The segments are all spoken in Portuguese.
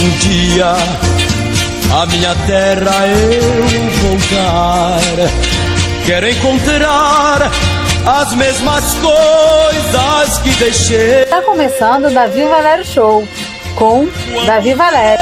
um dia a minha terra eu voltar, quero encontrar as mesmas coisas que deixei. Está começando o Davi Valério Show, com Davi Valério.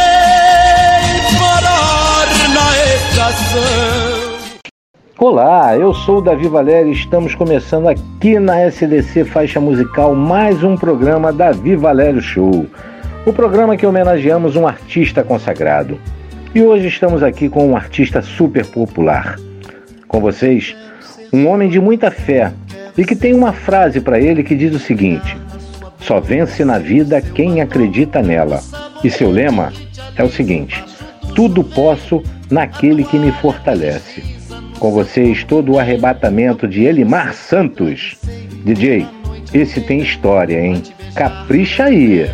Parar na estação. Olá, eu sou o Davi Valério e estamos começando aqui na SDC Faixa Musical mais um programa Davi Valério Show. O programa que homenageamos um artista consagrado. E hoje estamos aqui com um artista super popular. Com vocês, um homem de muita fé e que tem uma frase para ele que diz o seguinte: só vence na vida quem acredita nela. E seu lema é o seguinte: tudo posso naquele que me fortalece. Com vocês, todo o arrebatamento de Elimar Santos. DJ, esse tem história, hein? Capricha aí!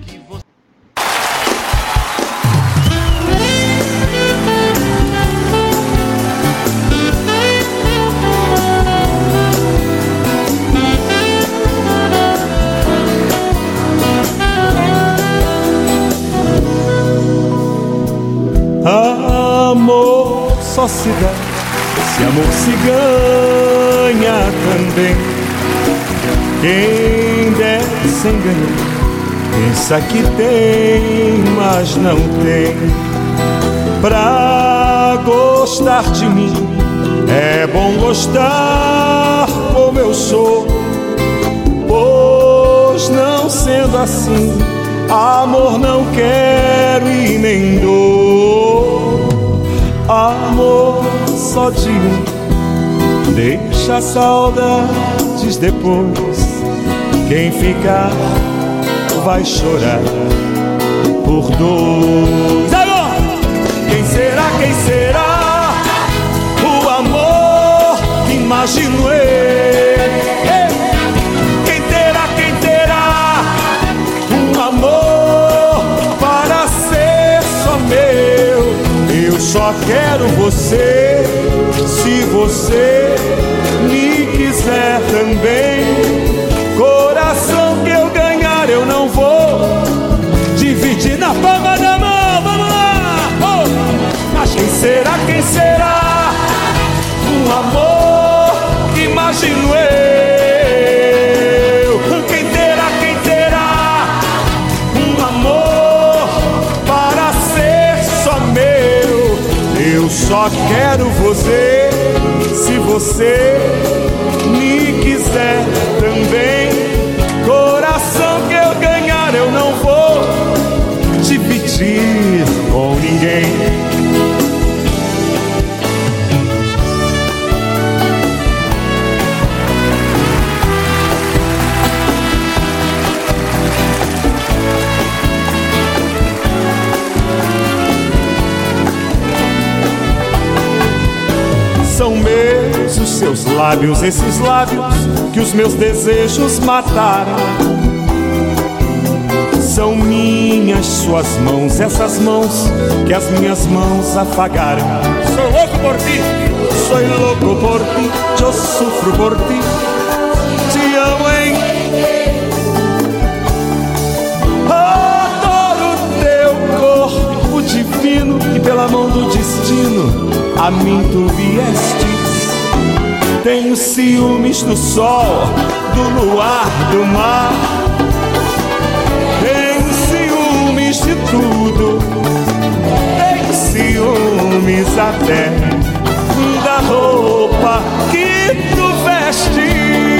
Amor só se dá se amor se ganha também. Quem der sem ganhar pensa que tem, mas não tem. Pra gostar de mim é bom gostar como eu sou, pois não sendo assim, amor não quero e nem dou. Amor só de um deixa saudades depois. Quem ficar vai chorar por dois. Agora! Quem será, quem será o amor que imagino eu? Quem terá um amor para ser só meu? Eu só quero você, se você me quiser também. Coração que eu ganhar eu não vou dividir na palma da mão. Vamos lá! Oh! Mas quem será um amor que imagino eu? Quem terá um amor para ser só meu? Eu só quero você, se você me quiser também. Coração que eu ganhar eu não vou dividir com ninguém. São meus os seus lábios, esses lábios que os meus desejos mataram. São minhas suas mãos, essas mãos que as minhas mãos afagaram. Sou louco por ti, sou louco por ti, eu sofro por ti, te amo, hein? Adoro teu corpo divino e pela mão do destino a mim tu viestes. Tenho ciúmes do sol, do luar, do mar. Tenho ciúmes de tudo. Tenho ciúmes até da roupa que tu vestes.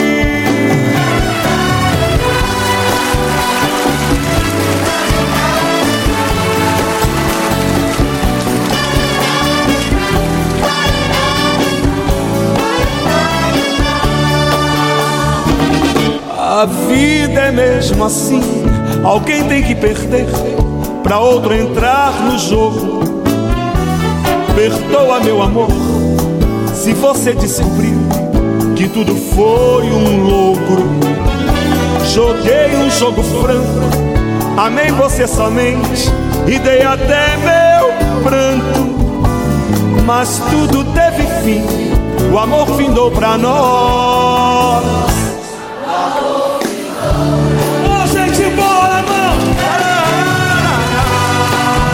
A vida é mesmo assim, alguém tem que perder pra outro entrar no jogo. Perdoa, meu amor, se você descobriu que tudo foi um lucro. Joguei um jogo franco, amei você somente e dei até meu pranto. Mas tudo teve fim, o amor findou pra nós. Ô, gente boa, irmão!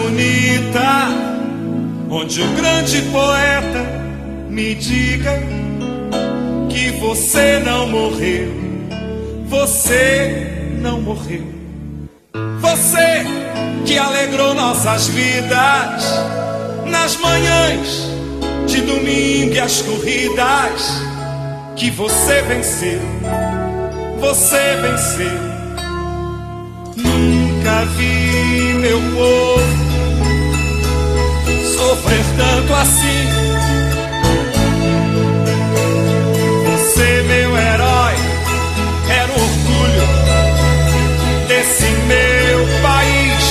bonita, onde o grande poeta me diga que você não morreu, você não morreu. Você que alegrou nossas vidas nas manhãs de domingo e as corridas, que você venceu, você venceu. Nunca vi meu povo sofrer tanto assim. Você, meu herói, era o orgulho desse meu país.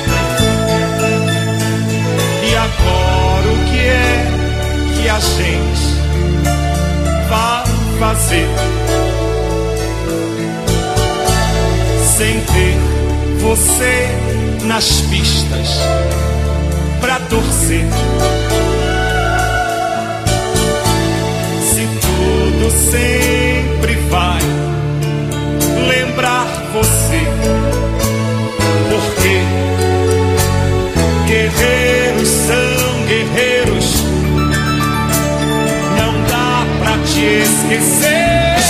E agora o que é que a gente vai fazer sem ter você nas pistas pra torcer? Se tudo sempre vai lembrar você, porque guerreiros são guerreiros, não dá pra te esquecer.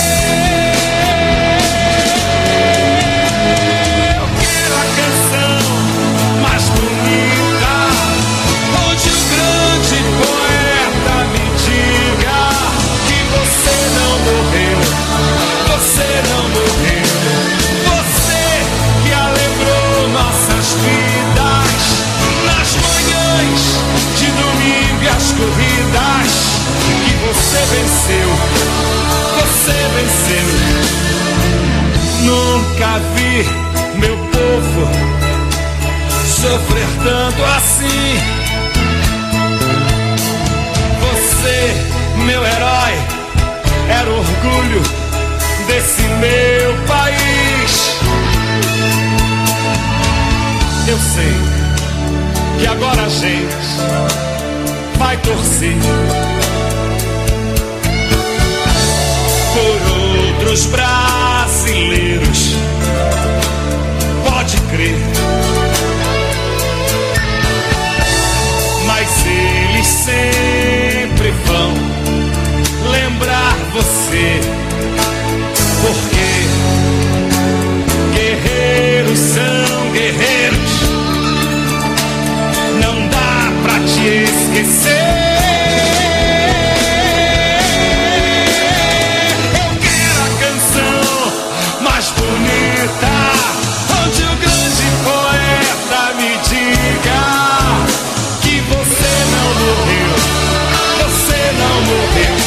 Corridas que você venceu, você venceu. Nunca vi meu povo sofrer tanto assim. Você, meu herói, era o orgulho desse meu país. Eu sei que agora a gente vai torcer por outros brasileiros, pode crer, mas eles sempre vão lembrar você, porque guerreiros são guerreiros, não dá pra te esquecer. Eu quero a canção mais bonita, onde o grande poeta me diga que você não morreu, você não morreu.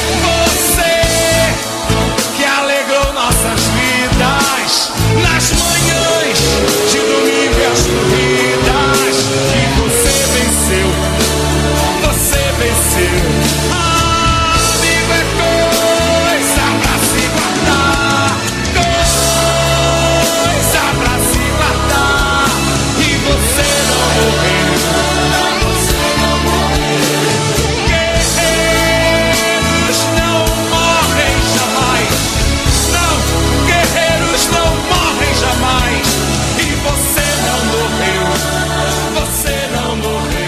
Você que alegrou nossas vidas nas manhãs de domingo e as corridas, que você venceu, você venceu. Amigo, é coisa pra se guardar, coisa pra se guardar. E você não morreu, você não morreu. Guerreiros não morrem jamais, não, guerreiros não morrem jamais. E você não morreu, você não morreu.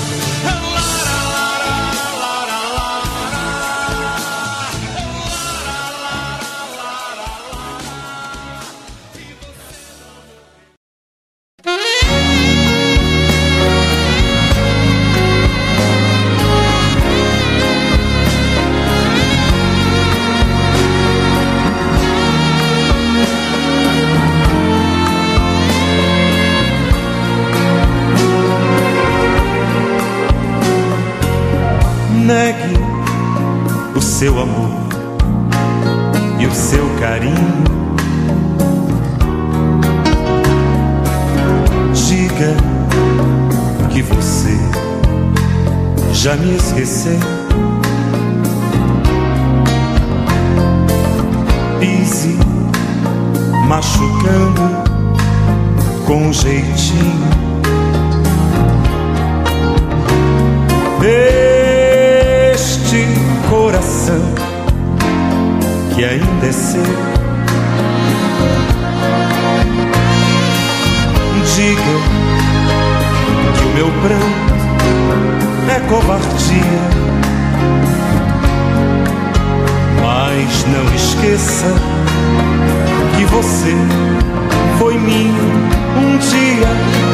Negue o seu amor e o seu carinho, diga que você já me esqueceu. Pise machucando com jeitinho, este coração que ainda é seu, diga que o meu pranto é covardia. Mas não esqueça que você foi minha um dia.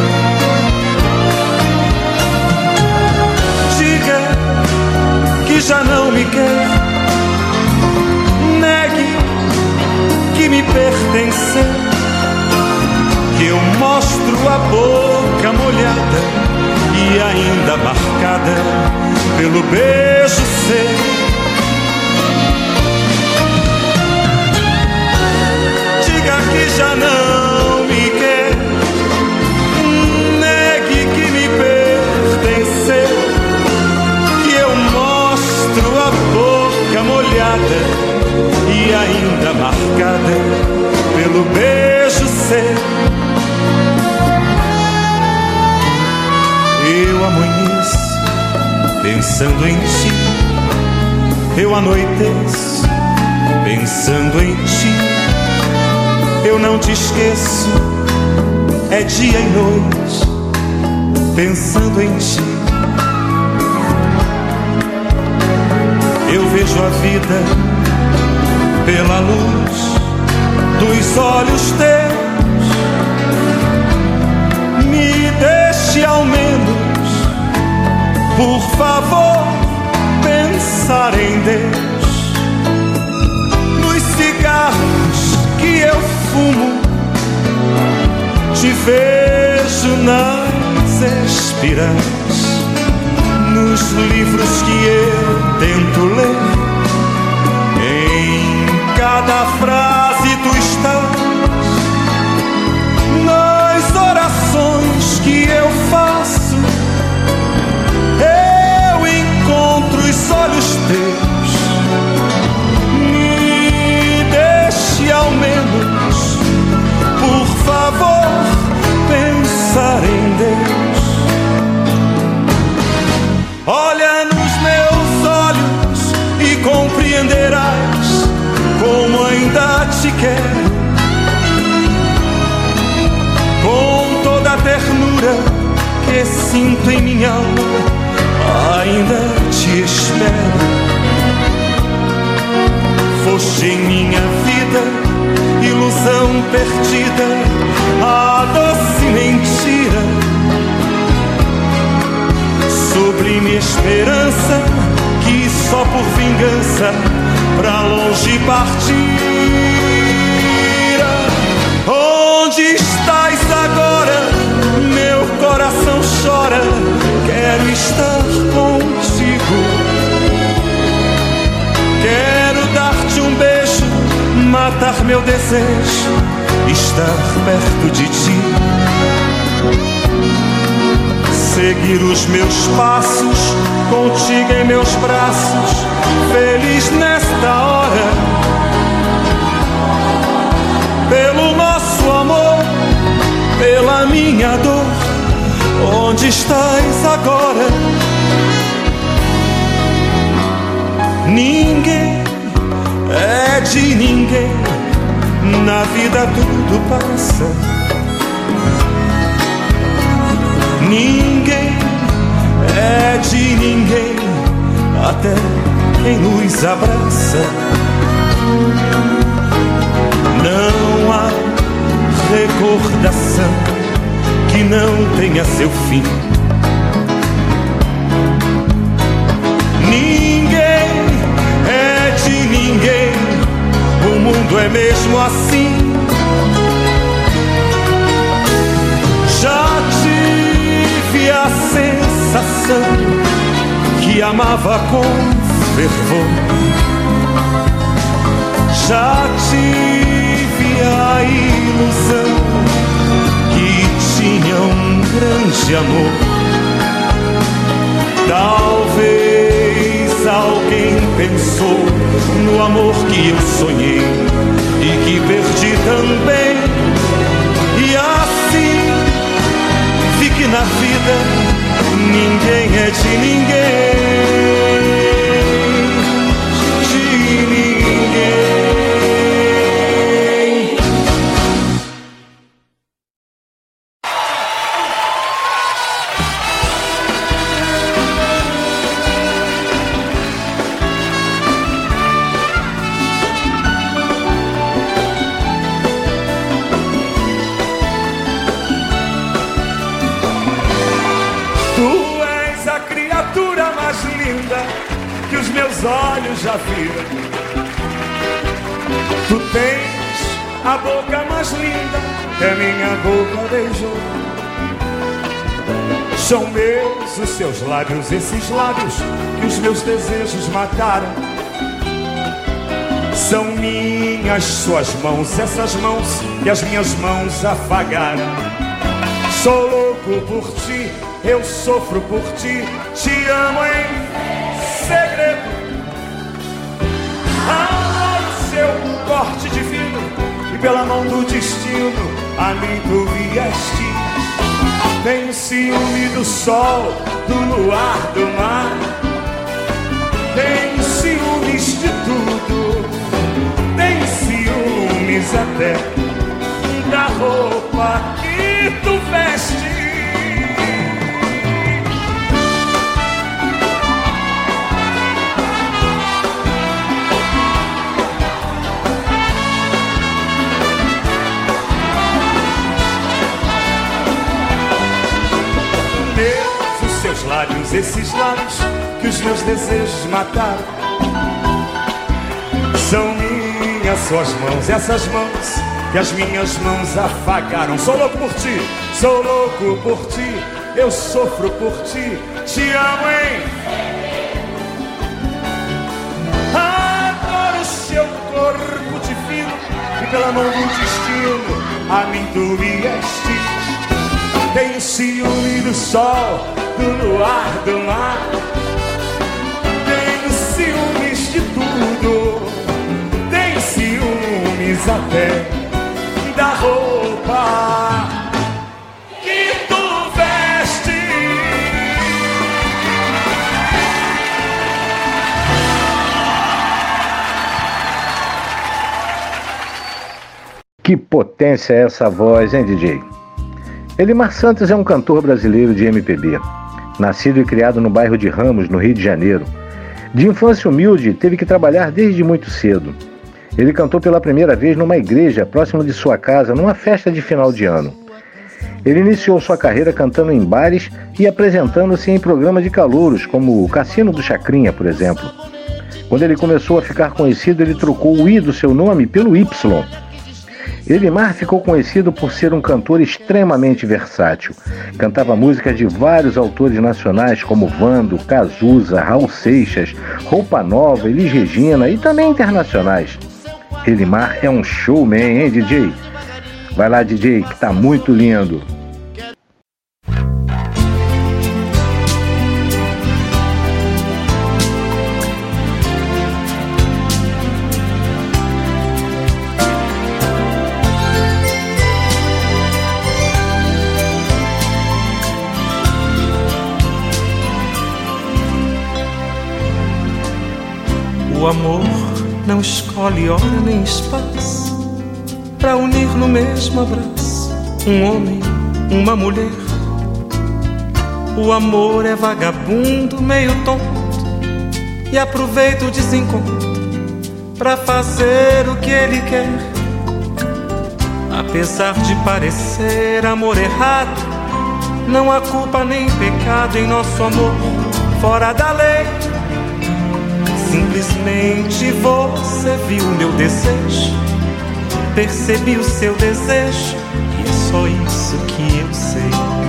Diga que já não me quer, negue que me pertence, que eu mostro a boca molhada e ainda marcada pelo beijo seu. Diga que já não me quer, negue que me pertenceu, que eu mostro a boca molhada e ainda marcada pelo beijo seu. Eu amanheço pensando em ti, eu anoiteço pensando em ti. Eu não te esqueço, é dia e noite pensando em ti. Eu vejo a vida pela luz dos olhos teus. Me deixe ao menos, por favor, pensar em Deus. Nos cigarros que eu fumo, te vejo nas espirais. Nos livros que eu tento ler, em cada frase tu estás. Nas orações que eu faço, eu encontro os olhos teus. Me deixe ao menos, por favor, pensar em Deus. Olha nos meus olhos e compreenderás como ainda te quero. Com toda a ternura que sinto em minha alma, ainda te espero. Foste em minha vida ilusão perdida, a doce mentira, sublime esperança que só por vingança pra longe partira. Onde estás agora? Meu coração chora, quero estar contigo. Quero dar-te um beijo, matar meu desejo, estar perto de ti. Seguir os meus passos, contigo em meus braços, feliz nesta hora. Pelo nosso amor, pela minha dor, onde estás agora? Ninguém é de ninguém, na vida tudo passa. Ninguém é de ninguém, até quem nos abraça. Não há recordação que não tenha seu fim. Ninguém é de ninguém, o mundo é mesmo assim. Já tive a sensação que amava com fervor. Já tive a ilusão que tinha um grande amor. Talvez alguém pensou no amor que eu sonhei e que perdi também. E assim fique na vida, ninguém é de ninguém. meus olhos já viram. Tu tens a boca mais linda que a minha boca beijou. São meus os seus lábios, esses lábios que os meus desejos mataram. São minhas suas mãos, essas mãos que as minhas mãos afagaram. Sou louco por ti, eu sofro por ti, te amo em segredo. Amor, seu corte divino, e pela mão do destino a mim tu vieste. Tenho ciúme do sol, do luar, do mar. Tenho ciúmes de tudo. Tenho ciúmes até da roupa que tu veste. Os seus lábios, esses lábios que os meus desejos mataram. São minhas suas mãos, essas mãos que as minhas mãos afagaram. Sou louco por ti, sou louco por ti, eu sofro por ti, te amo, hein? Adoro seu corpo divino, e pela mão do destino a mim tu vieste. Tenho ciúme do sol, do luar, do mar. Tenho ciúmes de tudo. Tenho ciúmes até da roupa que tu veste. Que potência é essa voz, hein, DJ? Elimar Santos é um cantor brasileiro de MPB. Nascido e criado no bairro de Ramos, no Rio de Janeiro. De infância humilde, teve que trabalhar desde muito cedo. Ele cantou pela primeira vez numa igreja próximo de sua casa, numa festa de final de ano. Ele iniciou sua carreira cantando em bares e apresentando-se em programas de calouros, como o Cassino do Chacrinha, por exemplo. Quando ele começou a ficar conhecido, ele trocou o I do seu nome pelo Y. Elimar ficou conhecido por ser um cantor extremamente versátil. Cantava músicas de vários autores nacionais como Vando, Cazuza, Raul Seixas, Roupa Nova, Elis Regina e também internacionais. Elimar é um showman, hein, DJ? Vai lá, DJ, que tá muito lindo. O amor não escolhe hora nem espaço pra unir no mesmo abraço um homem, uma mulher. O amor é vagabundo, meio tonto, e aproveita o desencontro pra fazer o que ele quer. Apesar de parecer amor errado, não há culpa nem pecado em nosso amor fora da lei. Simplesmente você viu meu desejo, percebi o seu desejo, e é só isso que eu sei.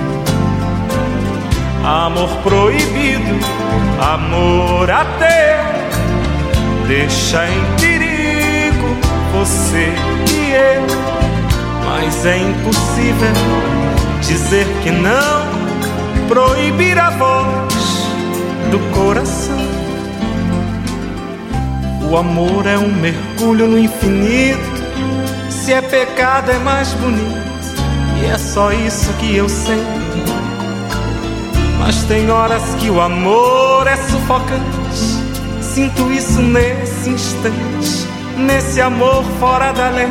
Amor proibido, amor ateu, deixa em perigo você e eu. Mas é impossível dizer que não, proibir a voz do coração. O amor é um mergulho no infinito. Se é pecado é mais bonito, e é só isso que eu sei. Mas tem horas que o amor é sufocante. Sinto isso nesse instante, nesse amor fora da lei.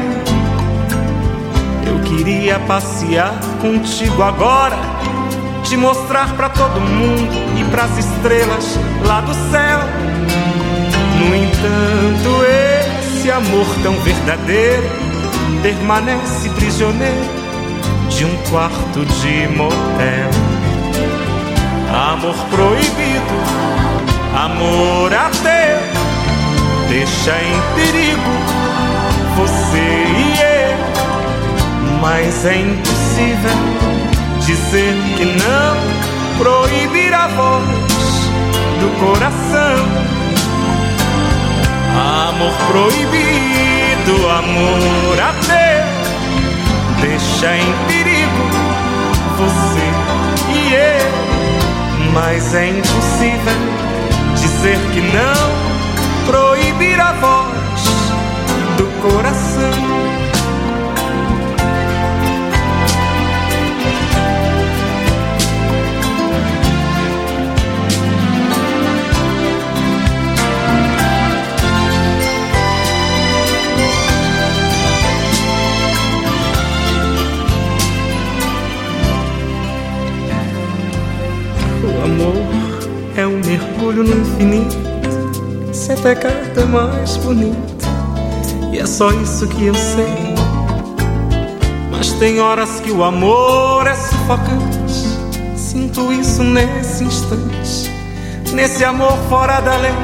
Eu queria passear contigo agora, te mostrar pra todo mundo e pras estrelas lá do céu. No entanto, esse amor tão verdadeiro permanece prisioneiro de um quarto de motel. Amor proibido, amor ateu, deixa em perigo você e eu. Mas é impossível dizer que não, proibir a voz do coração. Amor proibido, amor ateu, deixa em perigo você e eu. Mas é impossível dizer que não, proibir a voz do coração. O amor é um mergulho no infinito, sem pecado é mais bonito, e é só isso que eu sei. Mas tem horas que o amor é sufocante, sinto isso nesse instante, nesse amor fora da lei.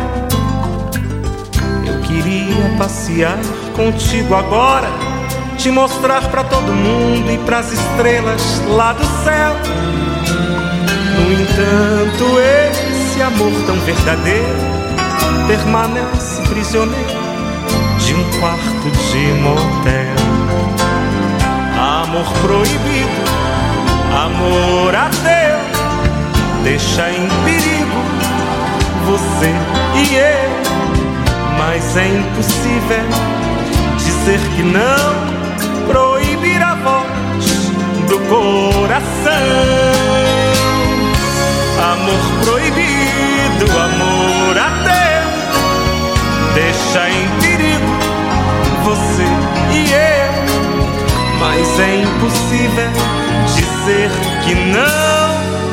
Eu queria passear contigo agora, te mostrar pra todo mundo e pras estrelas lá do céu. No entanto, esse amor tão verdadeiro permanece prisioneiro de um quarto de motel. Amor proibido, amor ateu, deixa em perigo você e eu. Mas é impossível dizer que não, proibir a voz do coração. Amor proibido, amor ateu, deixa em perigo você e eu. Mas é impossível dizer que não,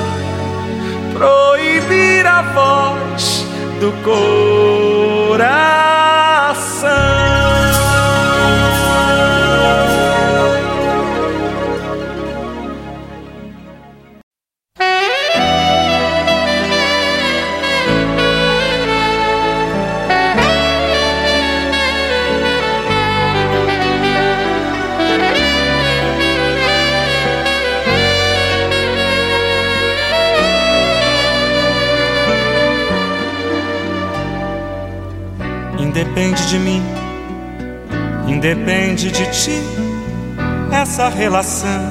proibir a voz do coração. Independe de mim, independe de ti, essa relação.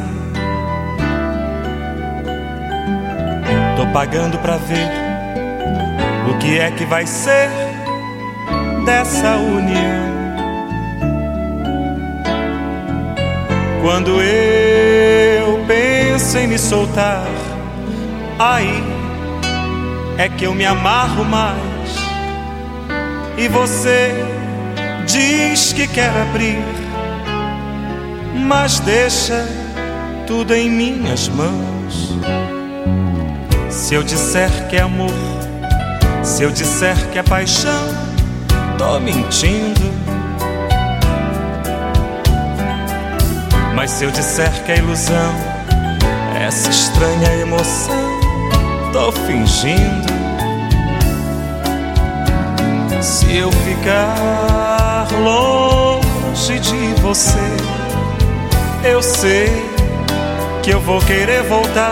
Tô pagando pra ver o que é que vai ser dessa união. Quando eu penso em me soltar, aí é que eu me amarro mais. E você diz que quer abrir, mas deixa tudo em minhas mãos. Se eu disser que é amor, se eu disser que é paixão, tô mentindo. Mas se eu disser que é ilusão, essa estranha emoção, tô fingindo. Se eu ficar longe de você, eu sei que eu vou querer voltar.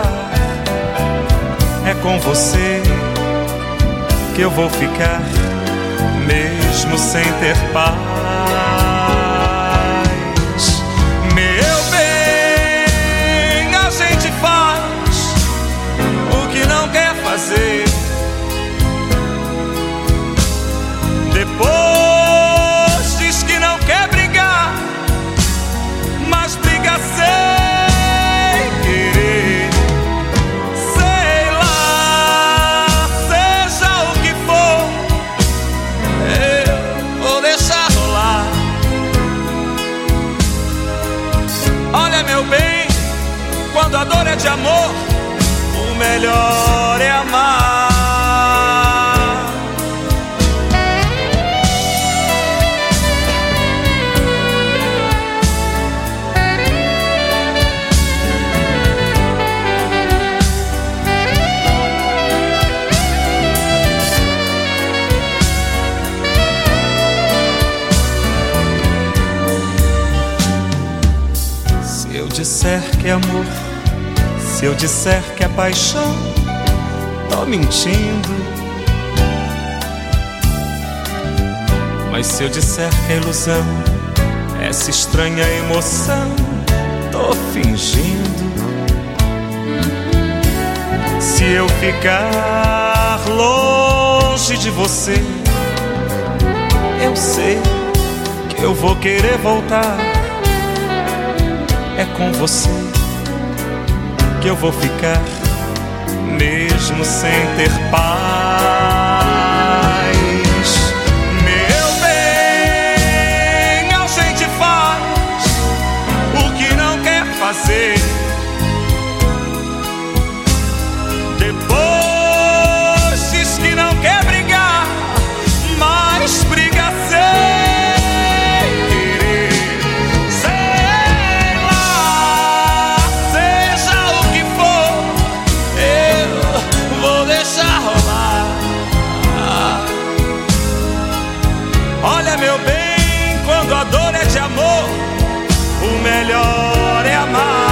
É com você que eu vou ficar, mesmo sem ter paz. Meu bem, a gente faz o que não quer fazer. Depois diz que não quer brigar, mas briga sem querer. Sei lá, seja o que for, eu vou deixar rolar. Olha, meu bem, quando a dor é de amor, o melhor é amar. disser que é amor, se eu disser que é paixão, tô mentindo. Mas se eu disser que é ilusão, essa estranha emoção, tô fingindo. Se eu ficar longe de você, eu sei que eu vou querer voltar. É com você que eu vou ficar, mesmo sem ter paz. Meu bem, a gente faz o que não quer fazer. Depois diz que não quer brigar, mas briga sem querer. Sei lá, seja o que for, eu vou deixar rolar. Olha, meu bem, quando a dor é de amor, o melhor é amar.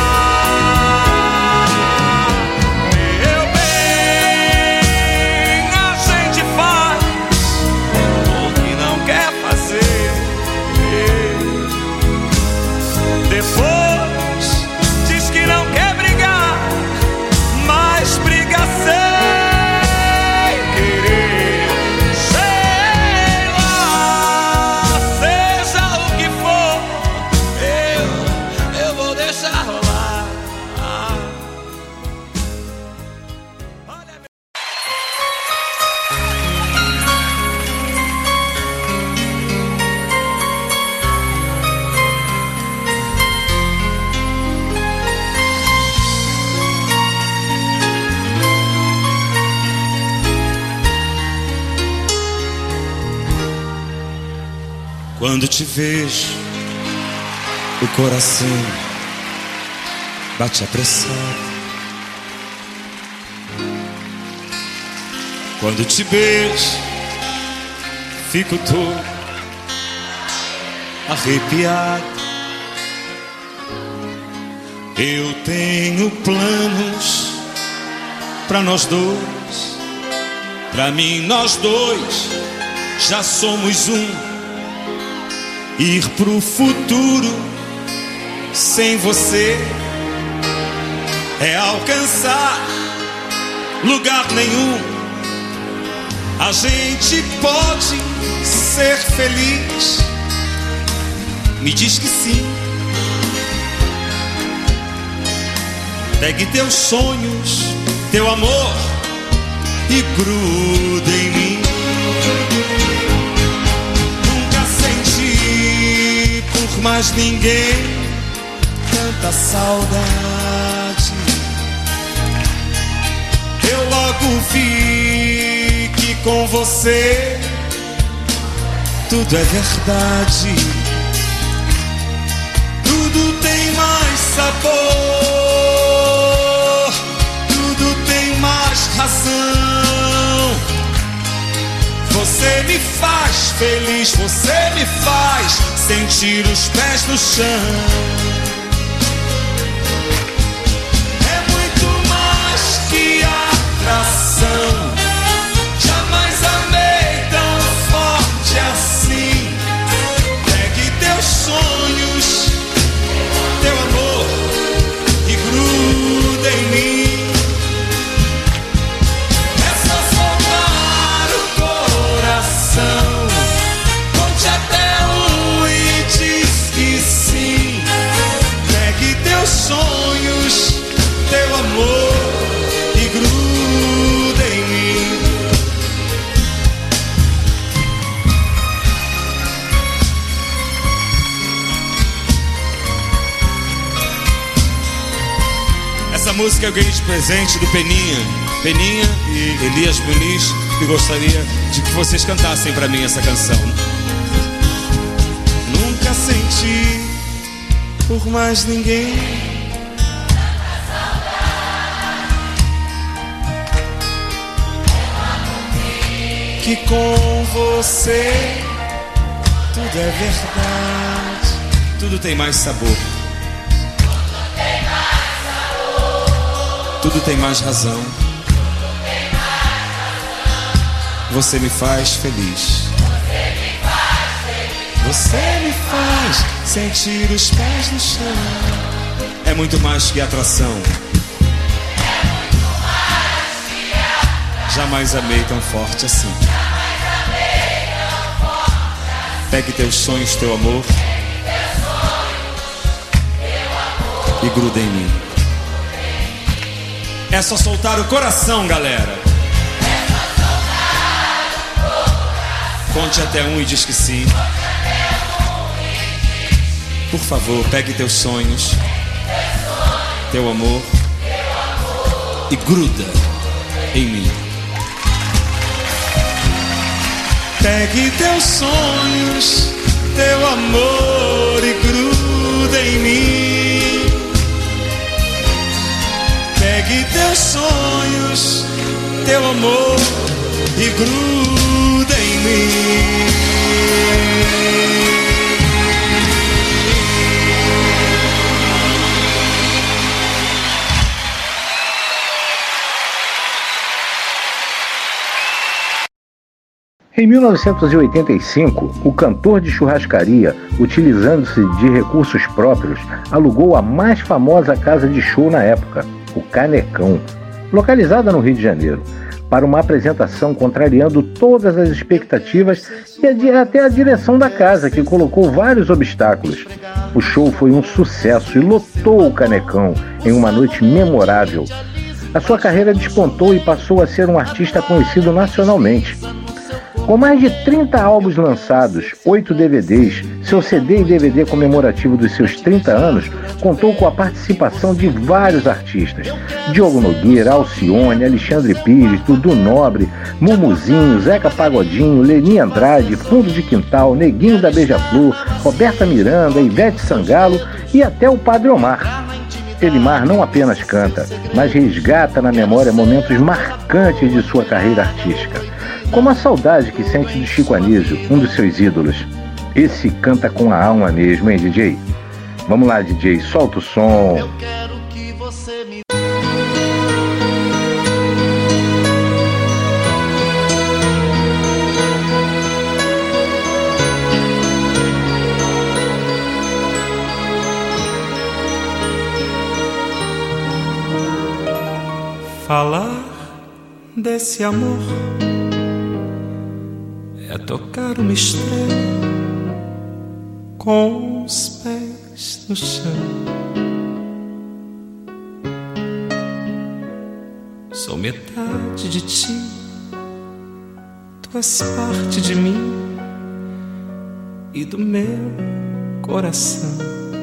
Depois diz que não quer brigar, mas briga sem querer. Sei lá, seja o que for, eu vou deixar rolar. Quando te vejo, o coração bate apressado. Quando te beijo, fico todo arrepiado. Eu tenho planos pra nós dois. Pra mim, nós dois já somos um. Ir pro futuro sem você é alcançar lugar nenhum. A gente pode ser feliz. Me diz que sim. Pegue teus sonhos, teu amor e gruda em mim. Por mais ninguém tanta saudade. Eu logo vi que com você tudo é verdade. Tudo tem mais sabor, tudo tem mais razão. Você me faz feliz, você me faz sentir os pés no chão. É muito mais que atração. Jamais amei tão forte assim. Pegue teus sonhos, teu amor e gruda em mim. É só soltar o coração. Conte até um e diz que sim. Pegue teus sonhos, teu amor e gruda em mim. Essa música eu ganhei de presente do Peninha e Elias Muniz, que gostaria de que vocês cantassem pra mim essa canção. Nunca senti por mais ninguém que com você tudo é verdade. Tudo tem mais sabor. Tudo tem mais razão. Você me faz feliz. Você me faz sentir os pés no chão. É muito mais que atração. Jamais amei tão forte assim. Pegue teus sonhos, teu amor, e gruda em mim. É só soltar o coração, galera. Conte até 1 e diz que sim. Por favor, pegue teus sonhos, teu amor, e gruda em mim. Pegue teus sonhos, teu amor, e gruda em mim. Pegue teus sonhos, teu amor, e gruda em mim. Em 1985, o cantor de churrascaria, utilizando-se de recursos próprios, alugou a mais famosa casa de show na época, o Canecão, localizada no Rio de Janeiro, para uma apresentação contrariando todas as expectativas e até a direção da casa, que colocou vários obstáculos. O show foi um sucesso e lotou o Canecão em uma noite memorável. A sua carreira despontou e passou a ser um artista conhecido nacionalmente. Com mais de 30 álbuns lançados, 8 DVDs, seu CD e DVD comemorativo dos seus 30 anos contou com a participação de vários artistas: Diogo Nogueira, Alcione, Alexandre Pires, Dudu Nobre, Mumuzinho, Zeca Pagodinho, Leni Andrade, Fundo de Quintal, Neguinho da Beija-Flor, Roberta Miranda, Ivete Sangalo e até o Padre Omar. Elimar não apenas canta, mas resgata na memória momentos marcantes de sua carreira artística, como a saudade que sente de Chico Anísio, um dos seus ídolos. Esse canta com a alma mesmo, hein, DJ? Vamos lá, DJ, solta o som. Eu quero que você me... Falar desse amor é tocar uma estrela com os pés no chão. Sou metade de ti, tu és parte de mim e do meu coração.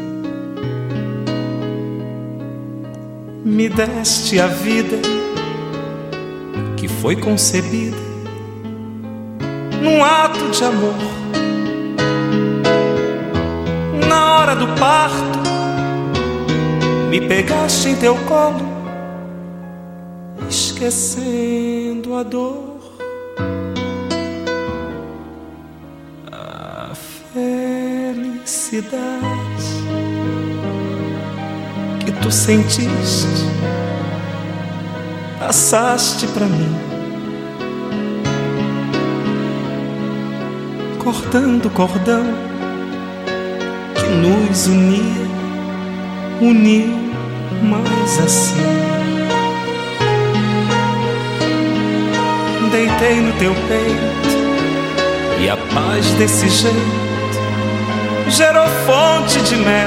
Me deste a vida que foi concebida num ato de amor. Na hora do parto, me pegaste em teu colo, esquecendo a dor. A felicidade que tu sentiste, passaste pra mim, cortando o cordão que nos unia, uniu mais assim. Deitei no teu peito e a paz desse jeito gerou fonte de mel.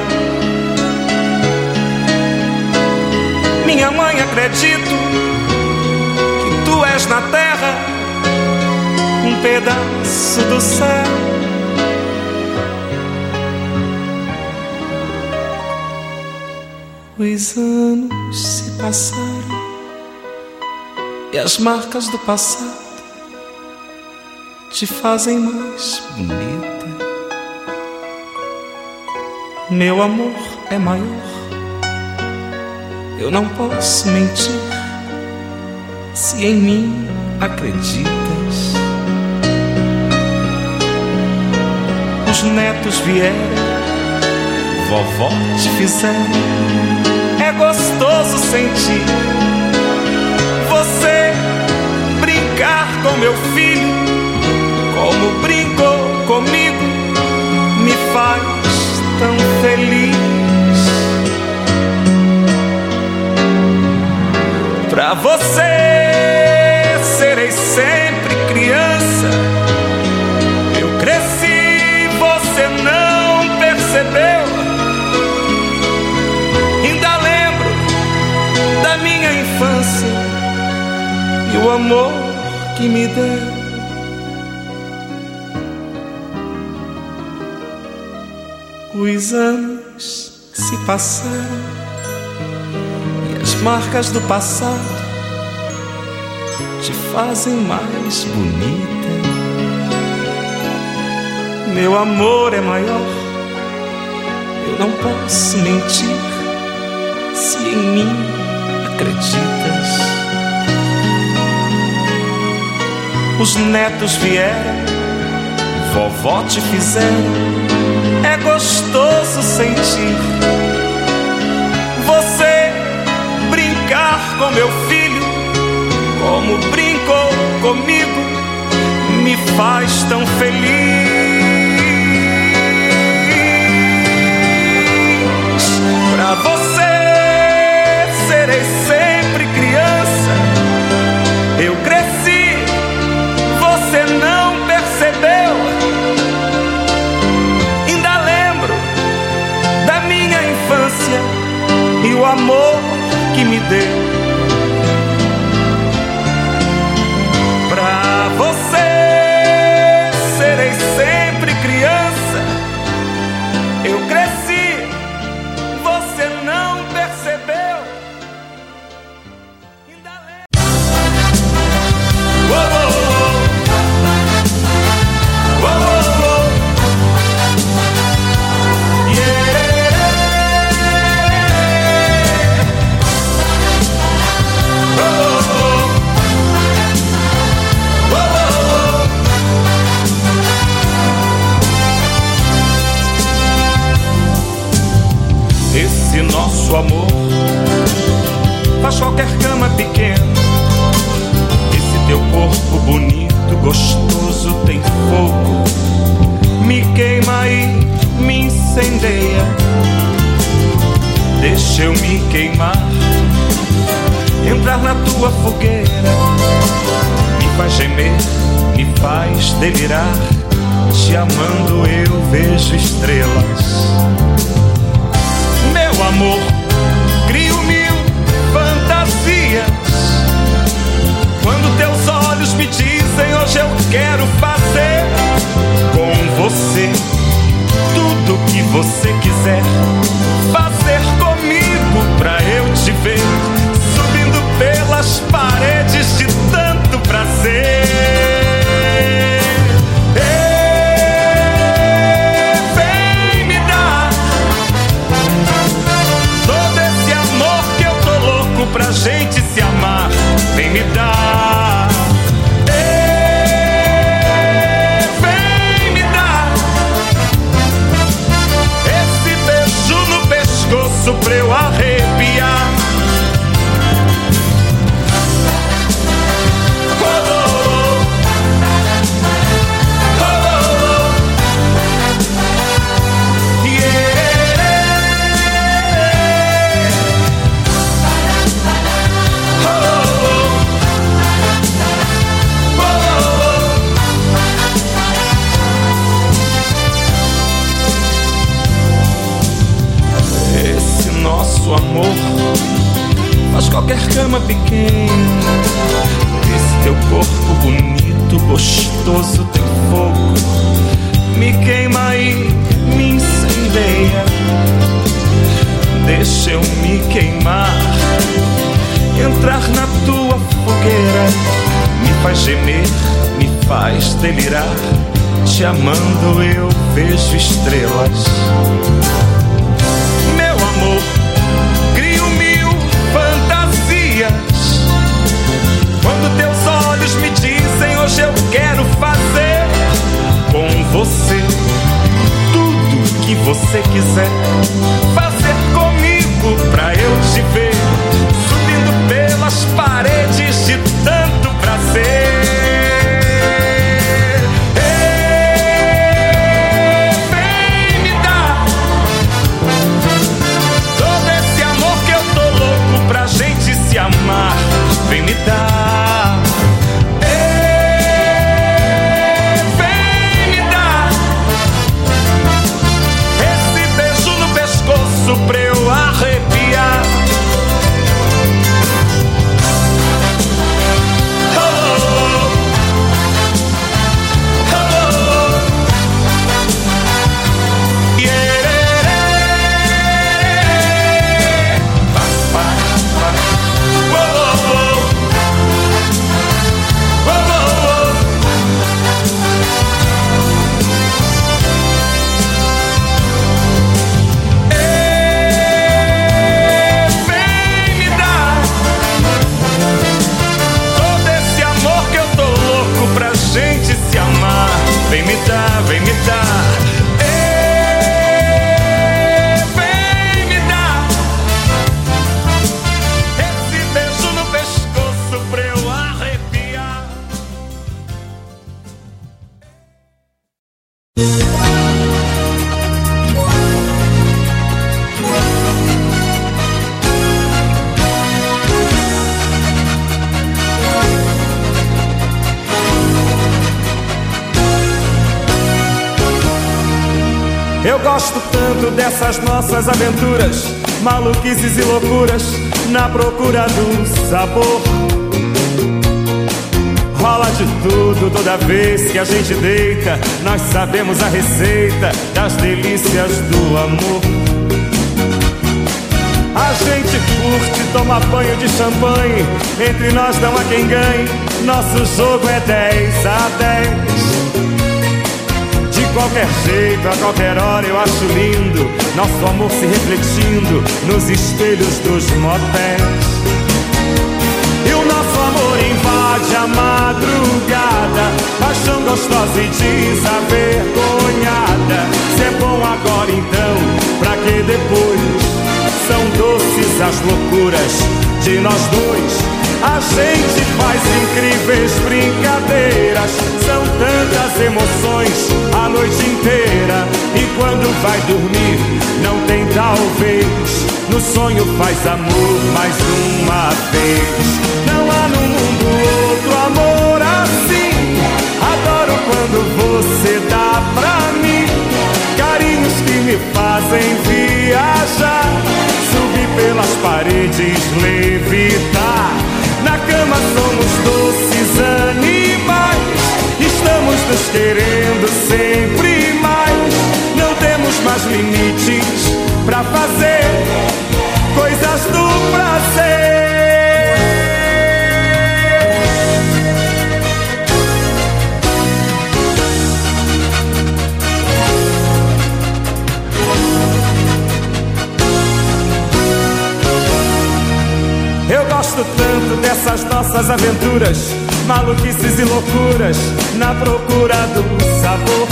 Minha mãe, acredito que tu és na terra um pedaço do céu. Os anos se passaram e as marcas do passado te fazem mais bonita. Meu amor é maior, eu não posso mentir, se em mim acreditas. Os netos vieram, vovó te fizeram, é gostoso sentir meu filho, como brincou comigo, me faz tão feliz. Pra você serei sempre criança. Eu cresci, você não percebeu. Ainda lembro da minha infância e o amor que me deu. Os anos se passaram e as marcas do passado te fazem mais bonita. Meu amor é maior, eu não posso mentir. Se em mim acreditas, os netos vieram, vovó te fizeram. É gostoso sentir você brincar com meu filho, como brincou comigo, me faz tão feliz. Pra você serei sempre criança. Eu cresci, você não percebeu. Ainda lembro da minha infância e o amor que me deu. Pra você serei sempre criança. Eu cresci, você não percebeu. Ainda lembro. Oh, oh, oh. Oh, oh, oh. Yeah. Oh, oh, oh. Esse nosso amor faz qualquer cama pequena. Esse teu corpo bonito, gostoso, tem fogo. Me queima e me incendeia. Deixa eu me queimar, entrar na tua fogueira. Me faz gemer, me faz delirar. Te amando eu vejo estrelas. Meu amor, crio mil fantasias. Quando teus olhos me dizem hoje eu quero fazer com você tudo que você quiser fazer comigo, pra eu te ver subindo pelas paredes de tanto prazer. Pra gente se amar, vem me dar. Vem me dar esse beijo no pescoço pra eu arrepiar. Nosso amor faz qualquer cama pequena. Esse teu corpo bonito, gostoso, tem fogo. Me queima e me incendeia. Deixa eu me queimar, entrar na tua fogueira. Me faz gemer, me faz delirar. Te amando eu vejo estrelas. Meu amor, crio mil fantasias. Quando teus olhos me dizem hoje eu quero fazer com você tudo que você quiser fazer comigo, pra eu te ver subindo pelas paredes de tanto prazer. Eu gosto tanto dessas nossas aventuras, maluquices e loucuras, na procura do sabor. Rola de tudo toda vez que a gente deita, nós sabemos a receita das delícias do amor. A gente curte, toma banho de champanhe, entre nós não há quem ganhe, nosso jogo é 10-10. De qualquer jeito, a qualquer hora eu acho lindo nosso amor se refletindo nos espelhos dos motéis. E o nosso amor invade a madrugada, paixão gostosa e desavergonhada. Se é bom agora então, pra que depois? São doces as loucuras de nós dois. A gente faz incríveis brincadeiras, são tantas emoções a noite inteira. E quando vai dormir, não tem talvez, no sonho faz amor mais uma vez. Não há no mundo outro amor assim. Adoro quando você dá pra mim carinhos que me fazem viajar, subir pelas paredes, levitar. Na cama somos doces animais, estamos nos querendo sempre mais. Não temos mais limites pra fazer coisas do prazer. Eu gosto tanto dessas nossas aventuras, maluquices e loucuras, na procura do sabor.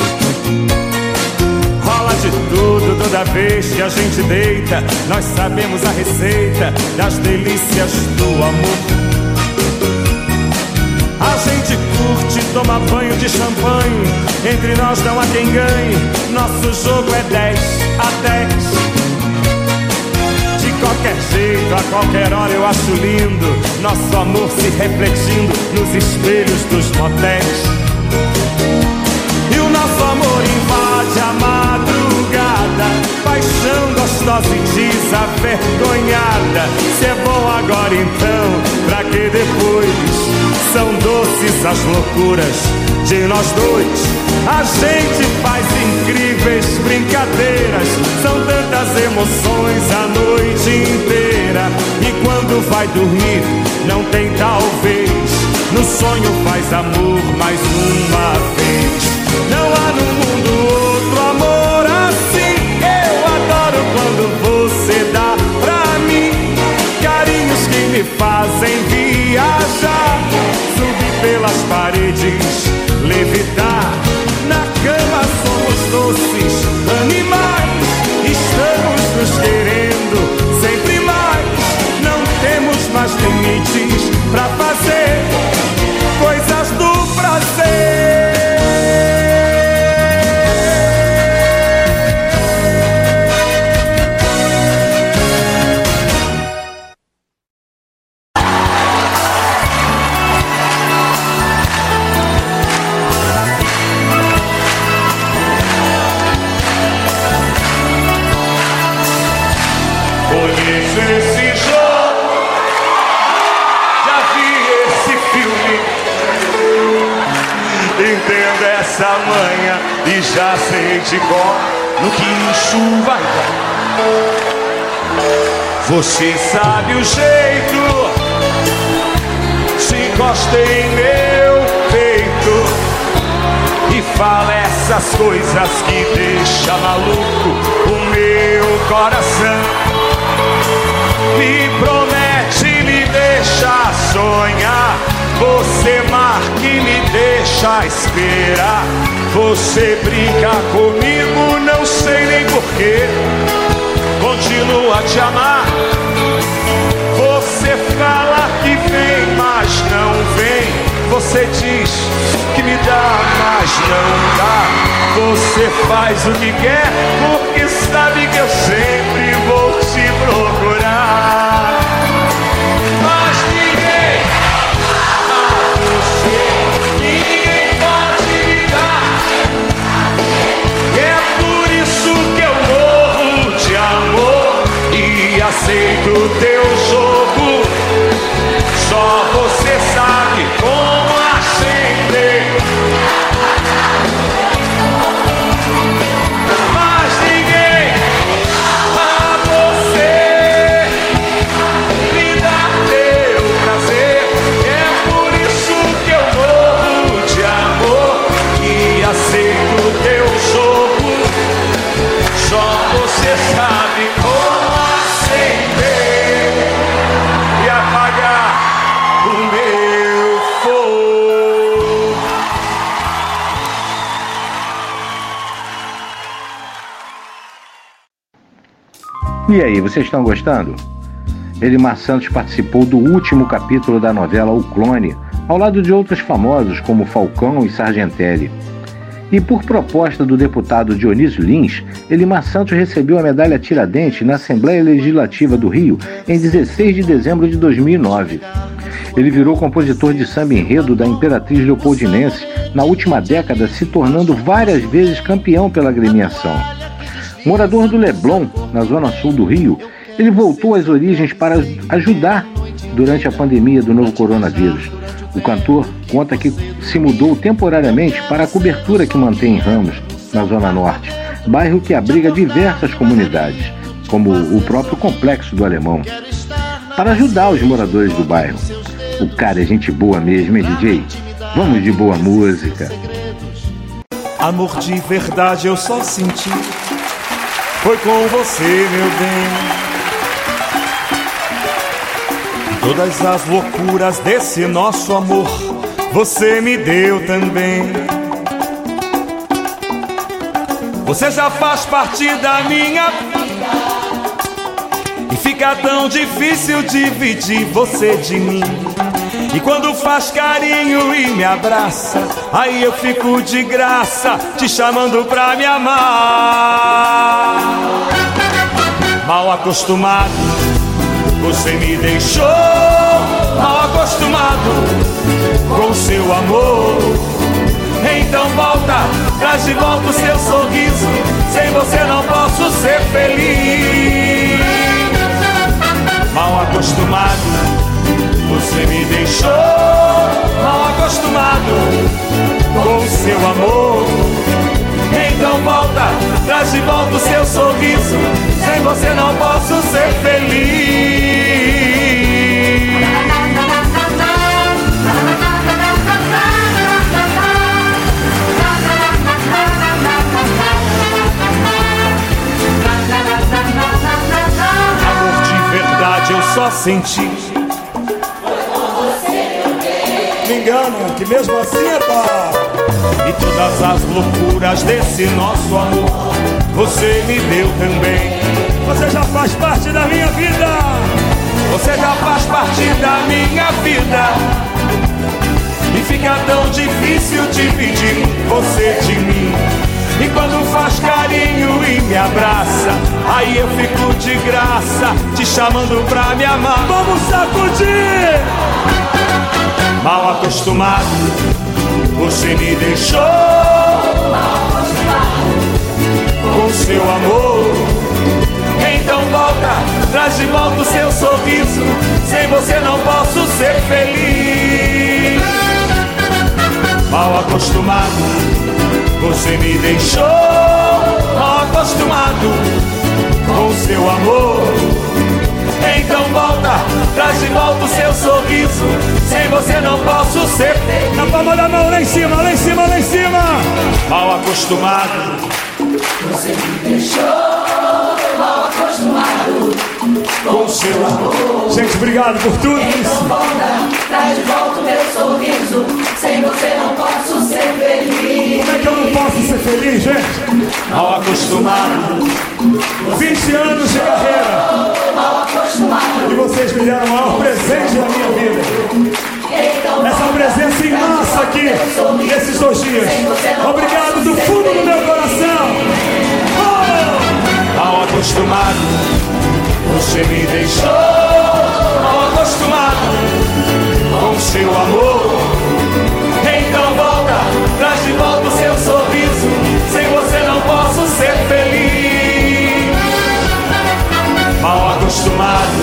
Rola de tudo toda vez que a gente deita, nós sabemos a receita das delícias do amor. A gente curte, toma banho de champanhe, entre nós não há quem ganhe, nosso jogo é 10-10. De qualquer jeito, a qualquer hora eu acho lindo nosso amor se refletindo nos espelhos dos motéis. E o nosso amor invade a madrugada, paixão gostosa e desavergonhada. Se é bom agora então, pra que depois? São doces as loucuras de nós dois. A gente faz incríveis brincadeiras, são tantas emoções a noite inteira. E quando vai dormir, não tem talvez, no sonho faz amor mais uma vez. Não há no mundo outro amor assim. Eu adoro quando você dá pra mim carinhos que me fazem viajar, subir pelas paredes, levitar. Na cama somos doces animais, estamos nos querendo sempre mais. Não temos mais limites pra fazer coisas do prazer. Essa manhã e já sei de cor no que isso vai dar. Você sabe o jeito, se encosta em meu peito e fala essas coisas que deixa maluco o meu coração. Me promete, me deixa sonhar. Você marca e me deixa esperar. Você brinca comigo, não sei nem porquê. Continua a te amar. Você fala que vem, mas não vem. Você diz que me dá, mas não dá. Você faz o que quer, porque sabe que eu sempre vou te procurar. Mas ninguém pode me dar. É por isso aceito o teu jogo. Só você sabe como acender. Mas ninguém a você me dá teu prazer. É por isso que eu morro de amor e aceito o teu jogo. Só você sabe como acender e apagar o meu fogo. E aí, vocês estão gostando? Elimar Santos participou do último capítulo da novela O Clone, ao lado de outros famosos como Falcão e Sargentelli. E por proposta do deputado Dionísio Lins, Elimar Santos recebeu a medalha Tiradentes na Assembleia Legislativa do Rio em 16 de dezembro de 2009. Ele virou compositor de samba enredo da Imperatriz Leopoldinense na última década, se tornando várias vezes campeão pela agremiação. Morador do Leblon, na zona sul do Rio, ele voltou às origens para ajudar durante a pandemia do novo coronavírus. O cantor conta que se mudou temporariamente para a cobertura que mantém em Ramos, na Zona Norte, bairro que abriga diversas comunidades, como o próprio Complexo do Alemão, para ajudar os moradores do bairro. O cara é gente boa mesmo, hein, DJ? Vamos de boa música. Amor de verdade eu só senti, foi com você, meu bem. Todas as loucuras desse nosso amor você me deu também. Você já faz parte da minha vida e fica tão difícil dividir você de mim. E quando faz carinho e me abraça, aí eu fico de graça te chamando pra me amar. Mal acostumado, você me deixou mal acostumado com seu amor. Então volta, traz de volta o seu sorriso. Sem você não posso ser feliz. Mal acostumado, você me deixou mal acostumado com seu amor. Então volta, traz de volta o seu sorriso. Sem você não posso ser feliz. Amor de verdade eu só senti. Me engana, que mesmo assim é bom. E todas as loucuras desse nosso amor você me deu também. Você já faz parte da minha vida. Você já faz parte da minha vida. E fica tão difícil dividir você de mim. E quando faz carinho e me abraça, aí eu fico de graça te chamando pra me amar. Vamos sacudir! Mal acostumado, você me deixou mal acostumado com seu amor. Então volta, traz de volta o seu sorriso. Sem você não posso ser feliz. Mal acostumado, você me deixou mal acostumado com seu amor. Então volta, traz de volta o seu sorriso. Sem você não posso ser feliz. Na palma da mão, lá em cima, lá em cima, lá em cima. Mal acostumado, você me deixou mal acostumado com seu amor. Gente, obrigado por tudo. Então volta, traz de volta o meu sorriso. Sem você não posso ser feliz. Como é que eu não posso ser feliz, gente? Mal acostumado. 20 anos de carreira. Mal acostumado. E vocês me deram o maior presente da minha vida. Essa presença em massa aqui, nesses 2 dias. Obrigado do fundo do meu coração. Mal acostumado, você me deixou mal acostumado com seu amor. Então volta, traz de volta o seu sorriso. Sem você não posso ser feliz. Mal acostumado,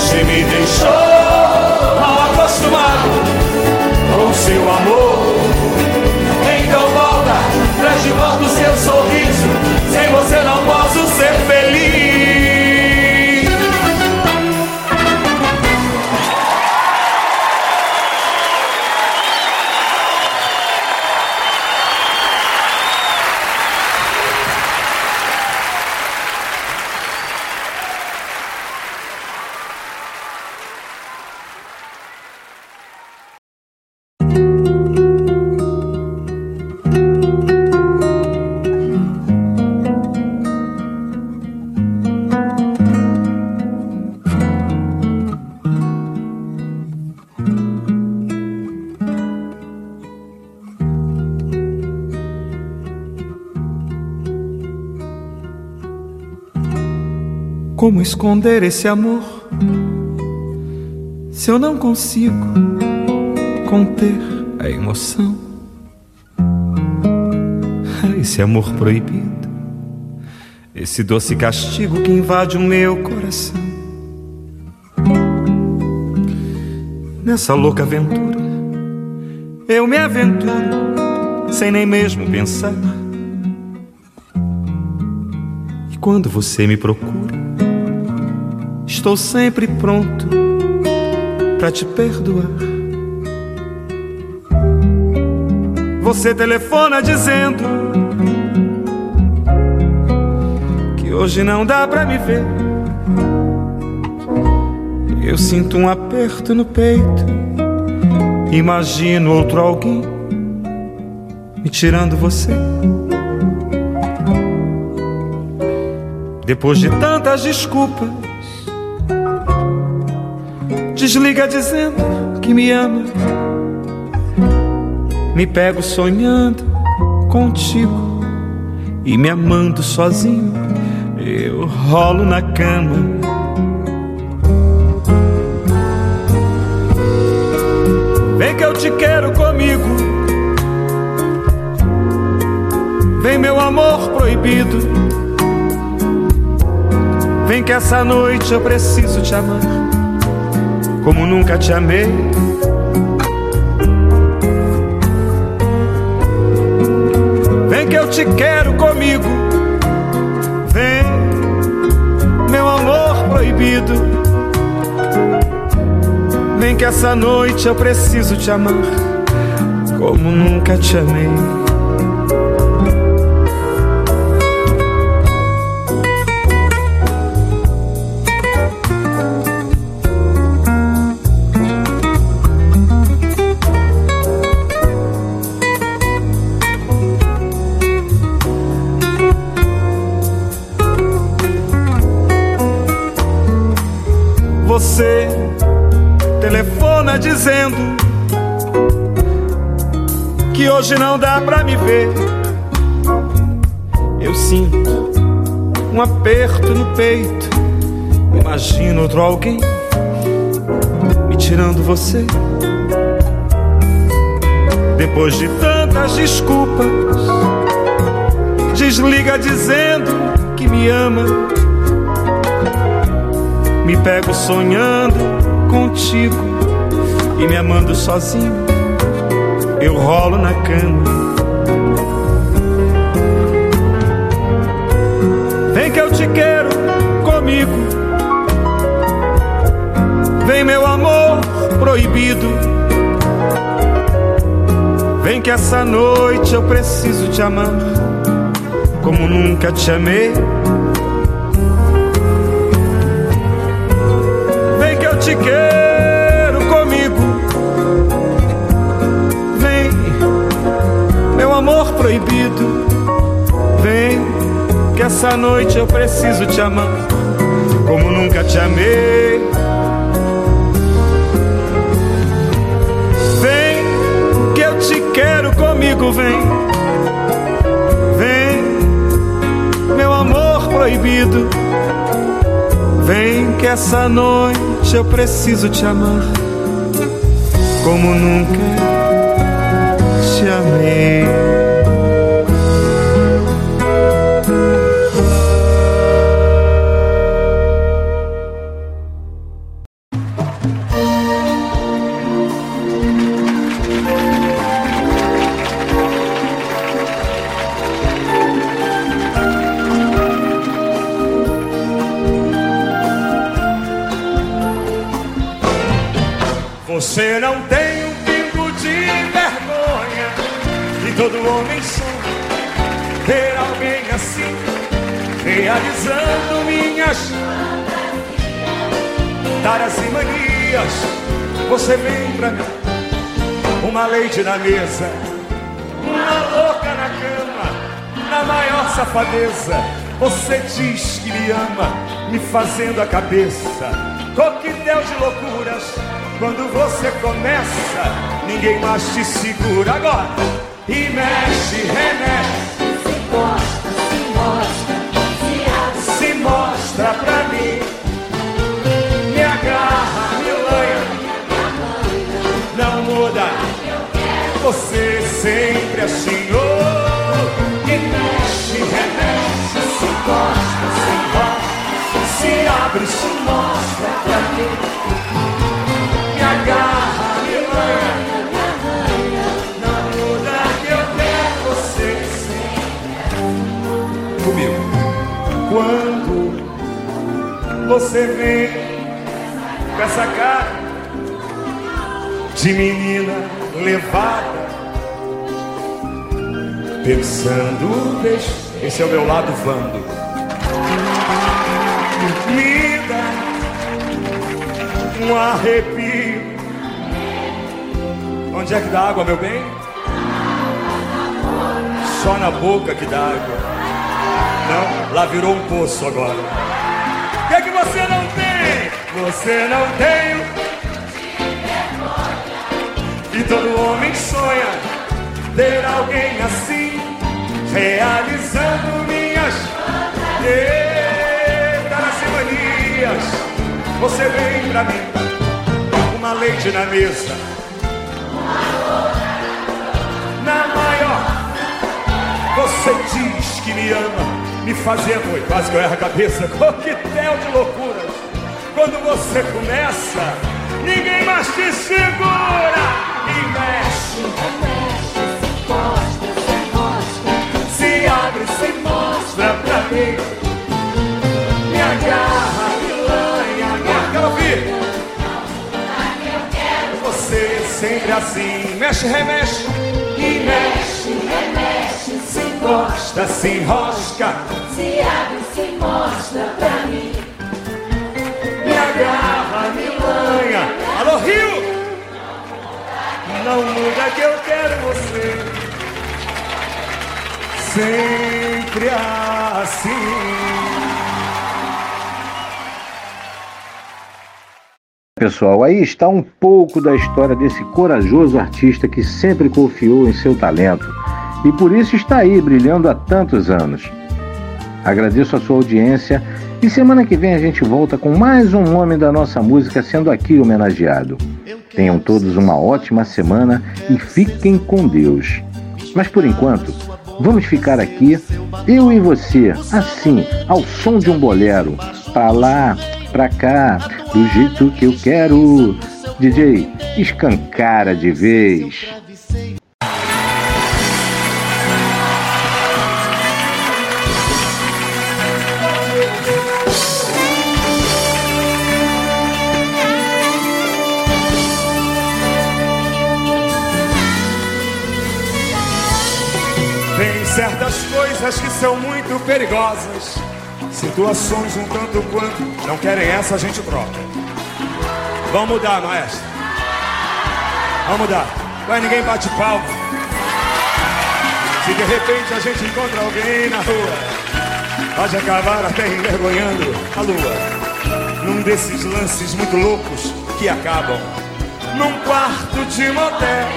Hoje me deixou mal acostumado com seu amor. Então volta, traz de volta o seu sorriso. Sem você não posso ser feliz. Como esconder esse amor se eu não consigo conter a emoção? Esse amor proibido, esse doce castigo que invade o meu coração. Nessa louca aventura eu me aventuro sem nem mesmo pensar. E quando você me procura, estou sempre pronto pra te perdoar. Você telefona dizendo que hoje não dá pra me ver. Eu sinto um aperto no peito, imagino outro alguém me tirando você. Depois de tantas desculpas, desliga dizendo que me ama. Me pego sonhando contigo e me amando sozinho. Eu rolo na cama. Vem que eu te quero comigo. Vem meu amor proibido. Vem que essa noite eu preciso te amar como nunca te amei. Vem que eu te quero comigo. Vem, meu amor proibido. Vem que essa noite eu preciso te amar como nunca te amei. Você telefona dizendo que hoje não dá pra me ver. Eu sinto um aperto no peito, imagino outro alguém me tirando você. Depois de tantas desculpas, desliga dizendo que me ama. Me pego sonhando contigo e me amando sozinho. Eu rolo na cama. Vem que eu te quero comigo. Vem meu amor proibido. Vem que essa noite eu preciso te amar como nunca te amei. Te quero comigo. Vem, meu amor proibido. Vem, que essa noite eu preciso te amar como nunca te amei. Vem, que eu te quero comigo. Vem, vem, meu amor proibido. Vem que essa noite eu preciso te amar como nunca te amei. Você não tem um pingo de vergonha, e todo homem sonha ter alguém assim, realizando minhas taras e manias. Você vem pra mim, uma lady na mesa, uma louca na cama, na maior safadeza. Você diz que me ama, me fazendo a cabeça coquetel de loucuras. Quando você começa, ninguém mais te segura. Agora, e mexe, remexe, se gosta, se mostra, se abre, se mostra pra mim, me agarra, me lanha, não muda, você sempre assim. Oh, e mexe, remexe, se gosta, se mostra, se abre, se mostra pra mim, me agarra, me lanha, não muda que eu quero você sempre comigo. Quando você vem com essa cara de menina levada, pensando, esse é o meu lado vando, me dá um arrepio. Onde é que dá água, meu bem? Só na boca que dá água. Não, lá virou um poço agora. O que é que você não tem? Você não tem. E todo homem sonha ter alguém assim, realizando minhas taras e manias. Você vem pra mim, uma leite na mesa, na maior. Você diz que me ama, me fazendo, oi, quase que eu erro a cabeça, coquetel de loucuras. Quando você começa, ninguém mais te segura. E mexe, remexe, se gosta, se mostra, se abre, se mostra pra mim, me agarra, me lanha, me agarra. Você sempre assim, mexe, remexe, e mexe, remexe, se gosta, se enrosca, se abre, se mostra pra mim, me agarra, me lanha. Alô, Rio! Não muda que eu quero você sempre assim. Pessoal, aí está um pouco da história desse corajoso artista que sempre confiou em seu talento e por isso está aí brilhando há tantos anos. Agradeço a sua audiência e semana que vem a gente volta com mais um nome da nossa música sendo aqui homenageado. Tenham todos uma ótima semana e fiquem com Deus. Mas por enquanto, vamos ficar aqui, eu e você, assim, ao som de um bolero, pra lá, pra cá, do jeito que eu quero. DJ, escancara de vez. Certas coisas que são muito perigosas, situações um tanto quanto não querem essa, a gente troca. Vamos mudar, maestro. Vamos mudar. Vai, ninguém bate palma. Se de repente a gente encontra alguém na rua, pode acabar até envergonhando a lua. Num desses lances muito loucos que acabam num quarto de motel.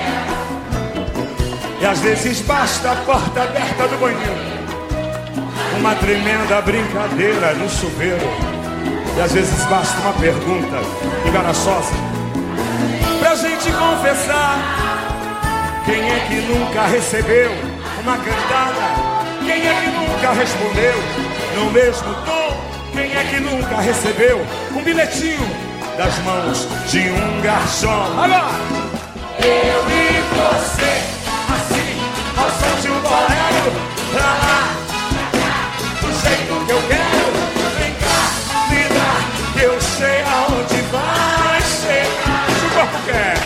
E às vezes basta a porta aberta do banheiro, uma tremenda brincadeira no chuveiro. E às vezes basta uma pergunta embaraçosa pra gente confessar. Quem é que nunca recebeu uma cantada? Quem é que nunca respondeu no mesmo tom? Quem é que nunca recebeu um bilhetinho das mãos de um garçom? Agora! Eu e você, assim, ao som de um bolero, pra lá, do jeito que eu quero. Vem cá, me dá, que eu sei aonde vai chegar. Se o corpo quer.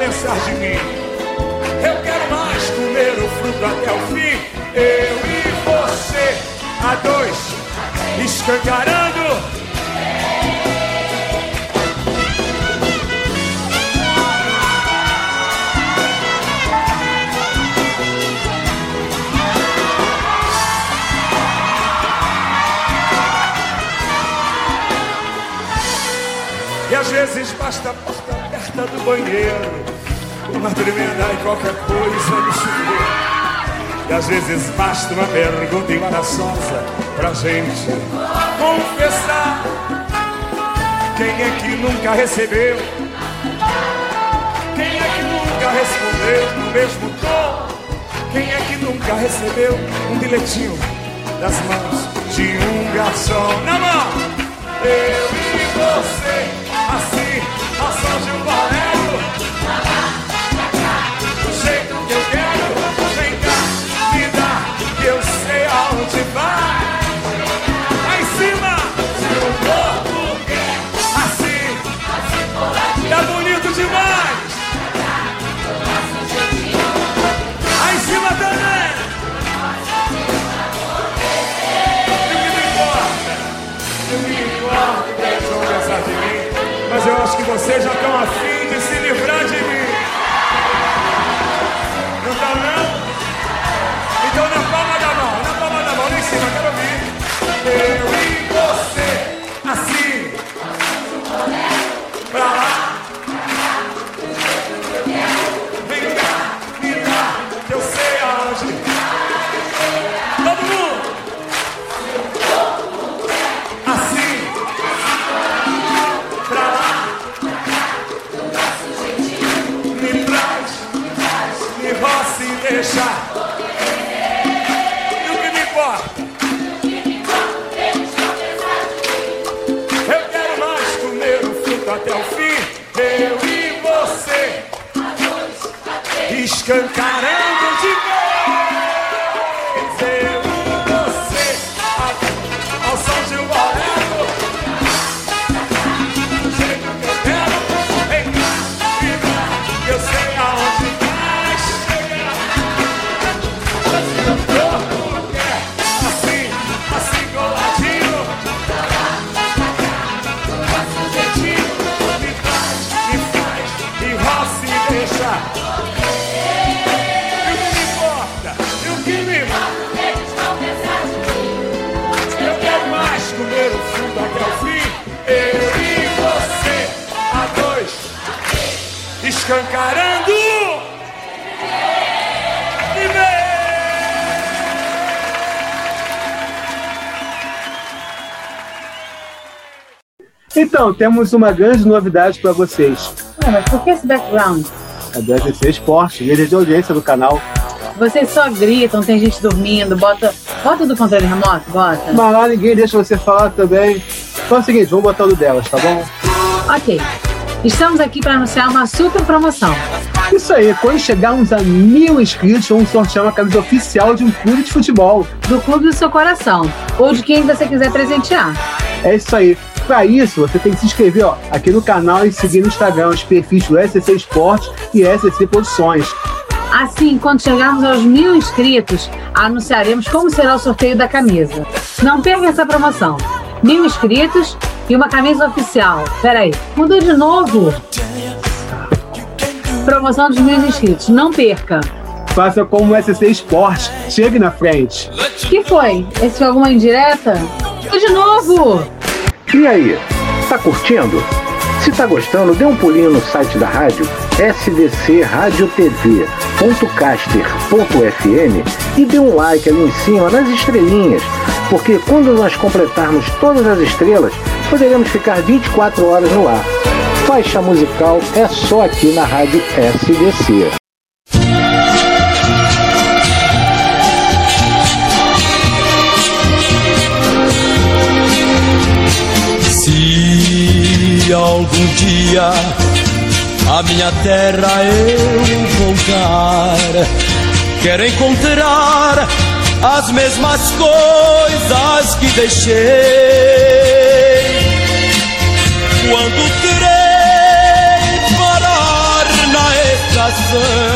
pensar de mim. Eu quero mais comer o fruto até o fim. Eu e você, a dois, escancarando. E às vezes basta a porta aberta do banheiro, uma tremenda e qualquer coisa no chuveiro. E às vezes basta uma pergunta embaraçosa pra gente confessar. Quem é que nunca recebeu? Quem é que nunca respondeu no mesmo tom? Quem é que nunca recebeu um bilhetinho das mãos de um garçom? Na mão! Eu e você, assim, ao som de um bolero, do jeito que eu quero. Vem cá, me dá, que eu sei aonde vai. Lá em cima, se o corpo quer, assim, tá bonito demais. Lá em cima também. O que me importa, vão pensar de mim. Mas eu acho que vocês já estão a fim de se livrar de mim. Não estão, não? Então na palma da mão, lá em cima, quero ouvir. Eu e você, assim, pra lá. Vem cá, me dá, que eu sei aonde. Todo mundo! Assim, pra lá. Me traz, me roça e deixa. E o que me importa? Eu quero mais comer o fruto até o fim. Eu e você, escancarando de vez. Eu e você, ao som de um bolero, do jeito que eu quero. Vem cá, me dá, que eu sei aonde vai chegar. Se o corpo quer, assim, assim coladinho. Nosso jeitinho, me traz, me faz, me roça e deixa. E o que me importa? E o que me importa? Eu quero mais comer o fruto até o fim. Eu e você, a dois, escancarando. E vem! Então, temos uma grande novidade para vocês. Mas por que esse background? É do SDC Esporte, líder de audiência do canal. Vocês só gritam, tem gente dormindo, bota do controle remoto, bota. Mas lá ninguém deixa você falar também. Então é o seguinte, vamos botar o delas, tá bom? Ok, estamos aqui para anunciar uma super promoção. Isso aí, quando chegarmos a 1000 inscritos, vamos sortear uma camisa oficial de um clube de futebol. Do clube do seu coração, ou de quem você quiser presentear. É isso aí. Para isso, você tem que se inscrever aqui no canal e seguir no Instagram os perfis do SCC Esporte e SCC Produções. Assim, quando chegarmos aos 1000 inscritos, anunciaremos como será o sorteio da camisa. Não perca essa promoção. 1000 inscritos e uma camisa oficial. Peraí, mudou de novo. Promoção dos 1000 inscritos, não perca. Faça como o SCC Esporte, chegue na frente. Que foi? Esse foi alguma indireta? Foi de novo! E aí, tá curtindo? Se tá gostando, dê um pulinho no site da rádio sdcradiotv.caster.fm e dê um like ali em cima nas estrelinhas, porque quando nós completarmos todas as estrelas, poderemos ficar 24 horas no ar. Faixa musical é só aqui na rádio SDC. Se algum dia a minha terra eu voltar, quero encontrar as mesmas coisas que deixei. Quando o trem parar na coração.